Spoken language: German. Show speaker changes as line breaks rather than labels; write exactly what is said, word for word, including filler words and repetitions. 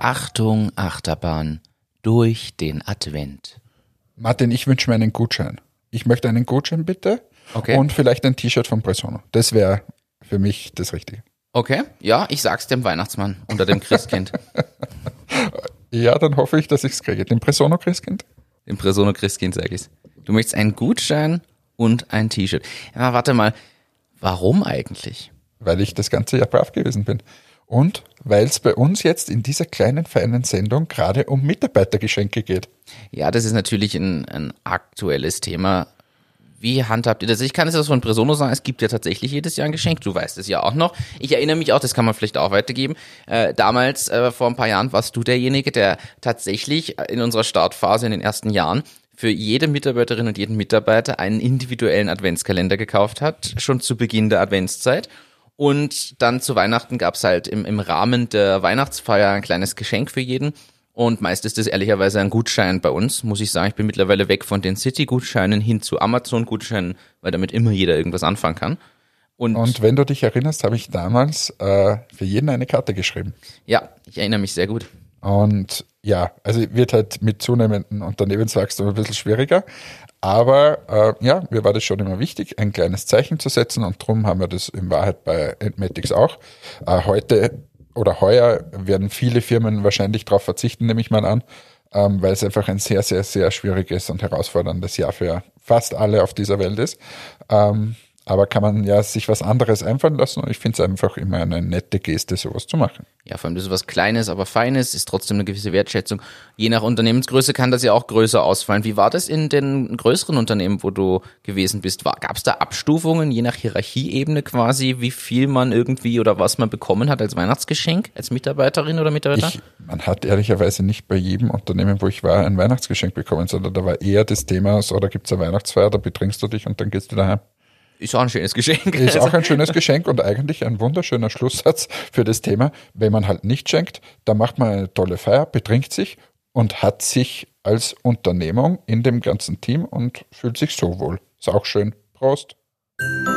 Achtung, Achterbahn, durch den Advent.
Martin, ich wünsche mir einen Gutschein. Ich möchte einen Gutschein bitte
Okay.
und vielleicht ein T-Shirt von Presono. Das wäre für mich das Richtige.
Okay, ja, ich sag's dem Weihnachtsmann unter dem Christkind.
Ja, dann hoffe ich, dass ich es kriege. Den Presono Christkind?
Dem Presono Christkind sag ich's. Du möchtest einen Gutschein und ein T-Shirt. Ja, warte mal, warum eigentlich?
Weil ich das ganze Jahr brav gewesen bin. Und weil es bei uns jetzt in dieser kleinen, feinen Sendung gerade um Mitarbeitergeschenke geht.
Ja, das ist natürlich ein, ein aktuelles Thema. Wie handhabt ihr das? Ich kann es das von Presono sagen, es gibt ja tatsächlich jedes Jahr ein Geschenk. Du weißt es ja auch noch. Ich erinnere mich auch, das kann man vielleicht auch weitergeben. Äh, damals, äh, vor ein paar Jahren, warst du derjenige, der tatsächlich in unserer Startphase in den ersten Jahren für jede Mitarbeiterin und jeden Mitarbeiter einen individuellen Adventskalender gekauft hat, schon zu Beginn der Adventszeit. Und dann zu Weihnachten gab's halt im, im Rahmen der Weihnachtsfeier ein kleines Geschenk für jeden. Und meist ist das ehrlicherweise ein Gutschein bei uns, muss ich sagen. Ich bin mittlerweile weg von den City-Gutscheinen hin zu Amazon-Gutscheinen, weil damit immer jeder irgendwas anfangen kann. Und,
Und wenn du dich erinnerst, habe ich damals äh, für jeden eine Karte geschrieben.
ja, ich erinnere mich sehr gut.
Und ja, also wird halt mit zunehmendem Unternehmenswachstum ein bisschen schwieriger. Aber äh, ja, mir war das schon immer wichtig, ein kleines Zeichen zu setzen. Und darum haben wir das in Wahrheit bei Entmatics auch. Äh, heute oder heuer werden viele Firmen wahrscheinlich darauf verzichten, nehme ich mal an, ähm, weil es einfach ein sehr, sehr, sehr schwieriges und herausforderndes Jahr für fast alle auf dieser Welt ist. Ähm, aber kann man ja sich was anderes einfallen lassen und ich finde es einfach immer eine nette Geste, sowas zu machen.
Ja, vor allem das ist was Kleines, aber Feines, ist trotzdem eine gewisse Wertschätzung. Je nach Unternehmensgröße kann das ja auch größer ausfallen. Wie war das in den größeren Unternehmen, wo du gewesen bist? Gab es da Abstufungen, je nach Hierarchieebene quasi, wie viel man irgendwie oder was man bekommen hat als Weihnachtsgeschenk, als Mitarbeiterin oder Mitarbeiter?
Ich, man hat ehrlicherweise nicht bei jedem Unternehmen, wo ich war, ein Weihnachtsgeschenk bekommen, sondern da war eher das Thema, so, da gibt es eine Weihnachtsfeier, da betrinkst du dich und dann gehst du daheim.
Ist auch ein schönes Geschenk.
Ist auch ein schönes Geschenk und eigentlich ein wunderschöner Schlusssatz für das Thema. Wenn man halt nicht schenkt, dann macht man eine tolle Feier, betrinkt sich und hat sich als Unternehmung in dem ganzen Team und fühlt sich so wohl. Ist auch schön. Prost.